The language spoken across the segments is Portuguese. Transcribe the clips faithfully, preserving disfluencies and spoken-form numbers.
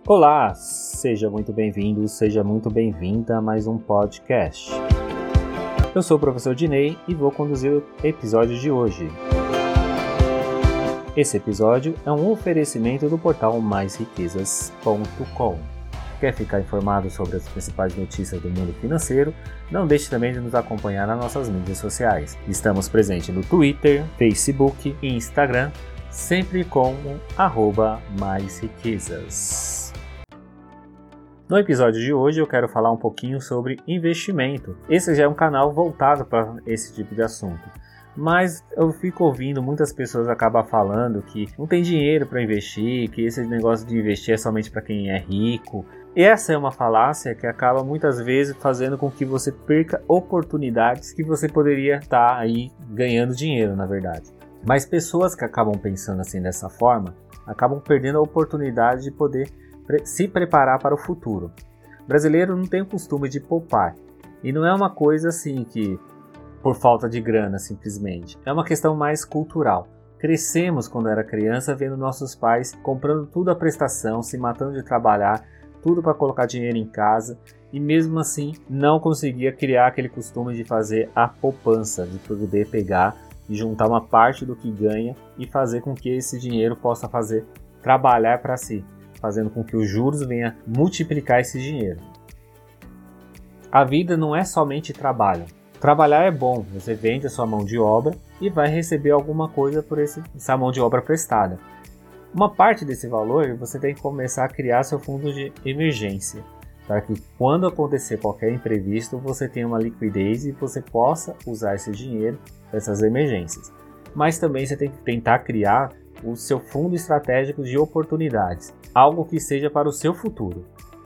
Olá, seja muito bem-vindo, seja muito bem-vinda a mais um podcast. Eu sou o professor Dinei e vou conduzir o episódio de hoje. Esse episódio é um oferecimento do portal mais riquezas ponto com. Quer ficar informado sobre as principais notícias do mundo financeiro? Não deixe também de nos acompanhar nas nossas mídias sociais. Estamos presentes no Twitter, Facebook e Instagram, sempre como arroba mais riquezas. No episódio de hoje eu quero falar um pouquinho sobre investimento. Esse já é um canal voltado para esse tipo de assunto. Mas eu fico ouvindo muitas pessoas acabar falando que não tem dinheiro para investir, que esse negócio de investir é somente para quem é rico. E essa é uma falácia que acaba muitas vezes fazendo com que você perca oportunidades que você poderia estar aí ganhando dinheiro, na verdade. Mas pessoas que acabam pensando assim dessa forma, acabam perdendo a oportunidade de poder se preparar para o futuro. O brasileiro não tem o costume de poupar. E não é uma coisa assim que por falta de grana simplesmente. É uma questão mais cultural. Crescemos quando era criança vendo nossos pais comprando tudo à prestação, se matando de trabalhar, tudo para colocar dinheiro em casa e mesmo assim não conseguia criar aquele costume de fazer a poupança, de poder pegar e juntar uma parte do que ganha e fazer com que esse dinheiro possa fazer trabalhar para si, fazendo com que os juros venham multiplicar esse dinheiro. A vida não é somente trabalho. Trabalhar é bom, você vende a sua mão de obra e vai receber alguma coisa por esse, essa mão de obra prestada. Uma parte desse valor você tem que começar a criar seu fundo de emergência, para que quando acontecer qualquer imprevisto você tenha uma liquidez e você possa usar esse dinheiro para essas emergências. Mas também você tem que tentar criar o seu fundo estratégico de oportunidades, algo que seja para o seu futuro.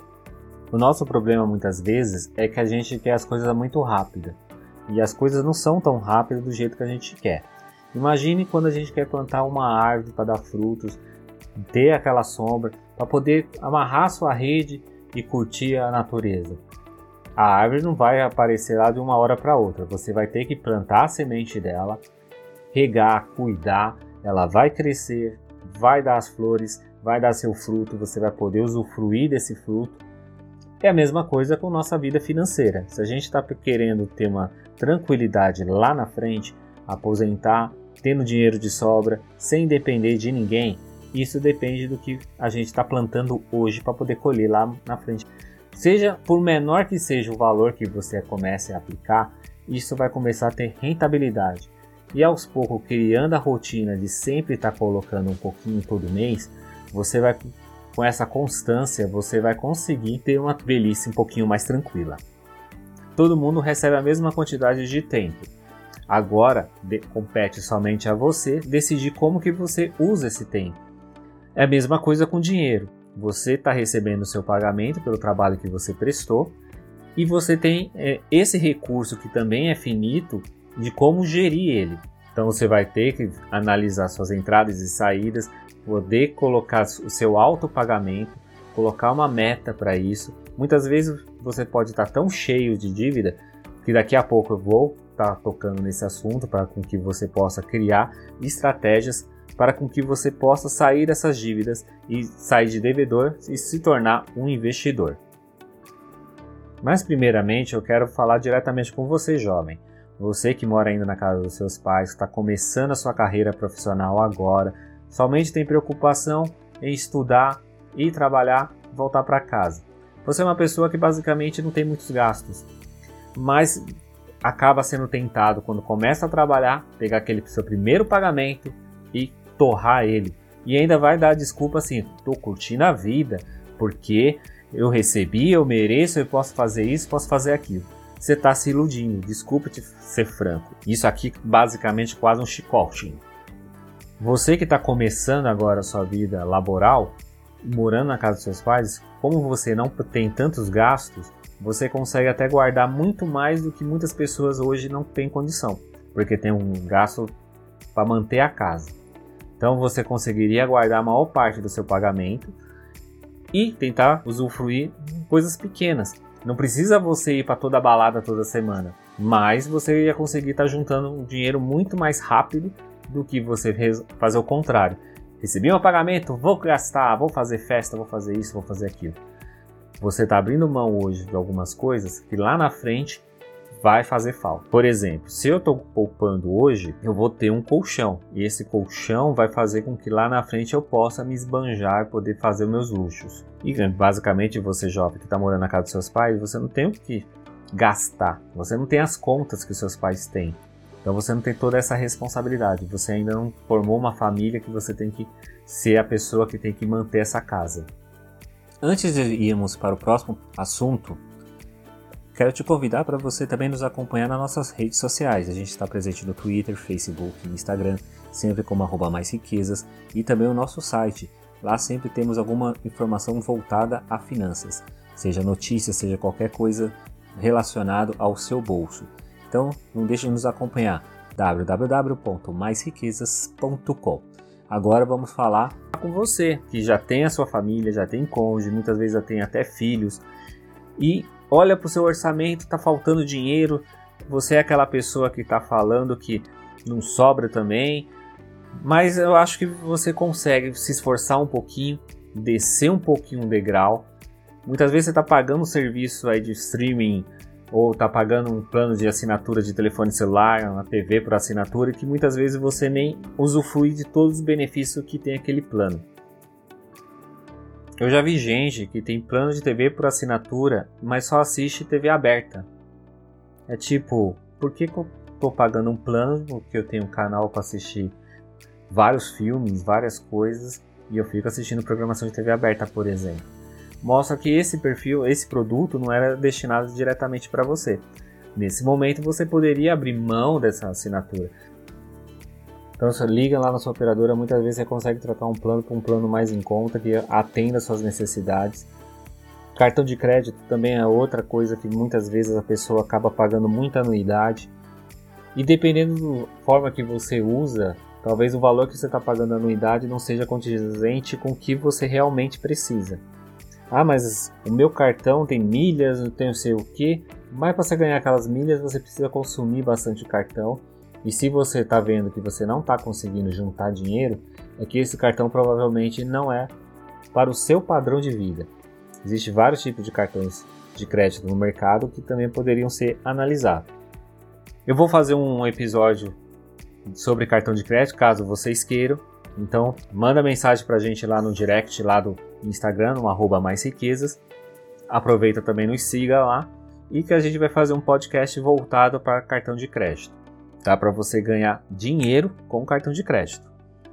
O nosso problema muitas vezes é que a gente quer as coisas muito rápidas. E as coisas não são tão rápidas do jeito que a gente quer. Imagine quando a gente quer plantar uma árvore para dar frutos, ter aquela sombra, para poder amarrar sua rede e curtir a natureza. A árvore não vai aparecer lá de uma hora para outra. Você vai ter que plantar a semente dela, regar, cuidar. Ela vai crescer, vai dar as flores, vai dar seu fruto, você vai poder usufruir desse fruto. É a mesma coisa com nossa vida financeira. Se a gente está querendo ter uma tranquilidade lá na frente, aposentar, tendo dinheiro de sobra, sem depender de ninguém, isso depende do que a gente está plantando hoje para poder colher lá na frente. Seja por menor que seja o valor que você comece a aplicar, isso vai começar a ter rentabilidade. E aos poucos, criando a rotina de sempre estar colocando um pouquinho todo mês, você vai, com essa constância, você vai conseguir ter uma velhice um pouquinho mais tranquila. Todo mundo recebe a mesma quantidade de tempo. Agora, de, compete somente a você decidir como que você usa esse tempo. É a mesma coisa com dinheiro. Você está recebendo o seu pagamento pelo trabalho que você prestou e você tem é, esse recurso que também é finito de como gerir ele. Então você vai ter que analisar suas entradas e saídas, poder colocar o seu autopagamento, colocar uma meta para isso. Muitas vezes você pode estar tão cheio de dívida que daqui a pouco eu vou estar tocando nesse assunto para com que você possa criar estratégias para com que você possa sair dessas dívidas e sair de devedor e se tornar um investidor. Mas primeiramente eu quero falar diretamente com você, jovem. Você que mora ainda na casa dos seus pais, está começando a sua carreira profissional agora, somente tem preocupação em estudar, ir trabalhar, voltar para casa. Você é uma pessoa que basicamente não tem muitos gastos, mas acaba sendo tentado quando começa a trabalhar, pegar aquele seu primeiro pagamento e torrar ele. E ainda vai dar desculpa assim, estou curtindo a vida, porque eu recebi, eu mereço, eu posso fazer isso, posso fazer aquilo. Você está se iludindo, desculpa te ser franco. Isso aqui basicamente quase um chicote. Você que está começando agora a sua vida laboral, morando na casa dos seus pais, como você não tem tantos gastos, você consegue até guardar muito mais do que muitas pessoas hoje não têm condição, porque tem um gasto para manter a casa. Então você conseguiria guardar a maior parte do seu pagamento e tentar usufruir de coisas pequenas. Não precisa você ir para toda a balada toda semana, mas você ia conseguir estar juntando um dinheiro muito mais rápido do que você fazer o contrário. recebi um pagamento, vou gastar, vou fazer festa, vou fazer isso, vou fazer aquilo. Você está abrindo mão hoje de algumas coisas que lá na frente vai fazer falta. Por exemplo, se eu estou poupando hoje, eu vou ter um colchão. E esse colchão vai fazer com que lá na frente eu possa me esbanjar, poder fazer os meus luxos. E basicamente você jovem que está morando na casa dos seus pais, você não tem o que gastar. Você não tem as contas que os seus pais têm. Então você não tem toda essa responsabilidade. Você ainda não formou uma família que você tem que ser a pessoa que tem que manter essa casa. Antes de irmos para o próximo assunto, quero te convidar para você também nos acompanhar nas nossas redes sociais. A gente está presente no Twitter, Facebook e Instagram, sempre como arroba mais riquezas, e também o nosso site. Lá sempre temos alguma informação voltada a finanças, seja notícia, seja qualquer coisa relacionado ao seu bolso. Então não deixe de nos acompanhar, w w w ponto mais riquezas ponto com. Agora vamos falar com você, que já tem a sua família, já tem cônjuge, muitas vezes já tem até filhos, e olha para o seu orçamento, está faltando dinheiro, você é aquela pessoa que está falando que não sobra também, mas eu acho que você consegue se esforçar um pouquinho, descer um pouquinho o degrau. Muitas vezes você está pagando um serviço aí de streaming, ou está pagando um plano de assinatura de telefone celular, uma T V por assinatura, que muitas vezes você nem usufrui de todos os benefícios que tem aquele plano. Eu já vi gente que tem plano de T V por assinatura, mas só assiste T V aberta. É tipo, por que, que eu estou pagando um plano, porque eu tenho um canal para assistir vários filmes, várias coisas, e eu fico assistindo programação de T V aberta, por exemplo. Mostra que esse perfil, esse produto não era destinado diretamente para você. Nesse momento você poderia abrir mão dessa assinatura. Então você liga lá na sua operadora, muitas vezes você consegue trocar um plano para um plano mais em conta, que atenda às suas necessidades. Cartão de crédito também é outra coisa que muitas vezes a pessoa acaba pagando muita anuidade. E dependendo da forma que você usa, talvez o valor que você está pagando a anuidade não seja condizente com o que você realmente precisa. Ah, mas o meu cartão tem milhas, não tem não sei o que. Mas para você ganhar aquelas milhas, você precisa consumir bastante o cartão. E se você está vendo que você não está conseguindo juntar dinheiro, é que esse cartão provavelmente não é para o seu padrão de vida. Existem vários tipos de cartões de crédito no mercado que também poderiam ser analisados. Eu vou fazer um episódio sobre cartão de crédito, caso vocês queiram. Então, manda mensagem pra gente lá no direct, lá do Instagram, no arroba mais riquezas. Aproveita também, nos siga lá. E que a gente vai fazer um podcast voltado para cartão de crédito. Tá? Para você ganhar dinheiro com cartão de crédito.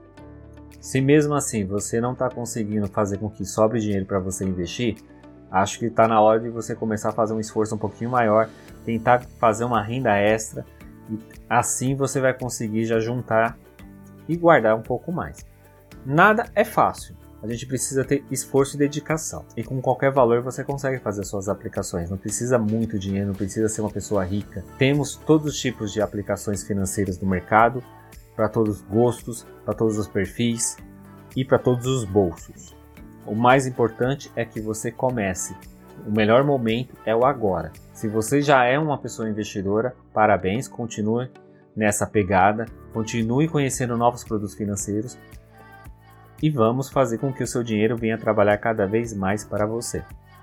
Se mesmo assim você não está conseguindo fazer com que sobre dinheiro para você investir, acho que está na hora de você começar a fazer um esforço um pouquinho maior, tentar fazer uma renda extra, e assim você vai conseguir já juntar e guardar um pouco mais. Nada é fácil, a gente precisa ter esforço e dedicação, e com qualquer valor você consegue fazer suas aplicações, não precisa muito dinheiro, não precisa ser uma pessoa rica. Temos todos os tipos de aplicações financeiras no mercado, para todos os gostos, para todos os perfis e para todos os bolsos. O mais importante é que você comece. O melhor momento é o agora. Se você já é uma pessoa investidora, parabéns, continue nessa pegada, continue conhecendo novos produtos financeiros e vamos fazer com que o seu dinheiro venha trabalhar cada vez mais para você.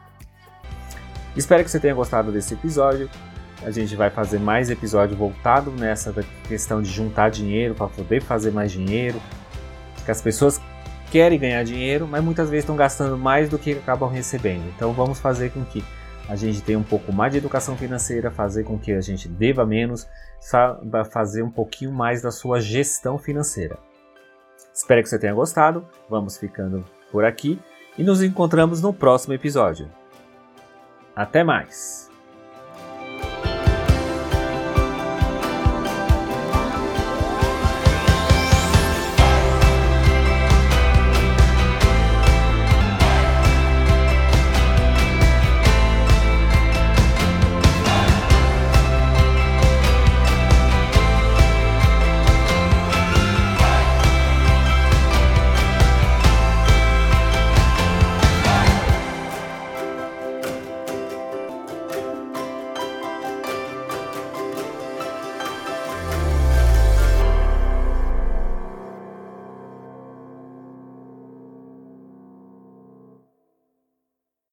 Espero que você tenha gostado desse episódio. A gente vai fazer mais episódio voltado nessa questão de juntar dinheiro para poder fazer mais dinheiro. Que as pessoas querem ganhar dinheiro, mas muitas vezes estão gastando mais do que acabam recebendo. Então vamos fazer com que a gente tenha um pouco mais de educação financeira, fazer com que a gente deva menos, saiba fazer um pouquinho mais da sua gestão financeira. Espero que você tenha gostado, vamos ficando por aqui e nos encontramos no próximo episódio. Até mais!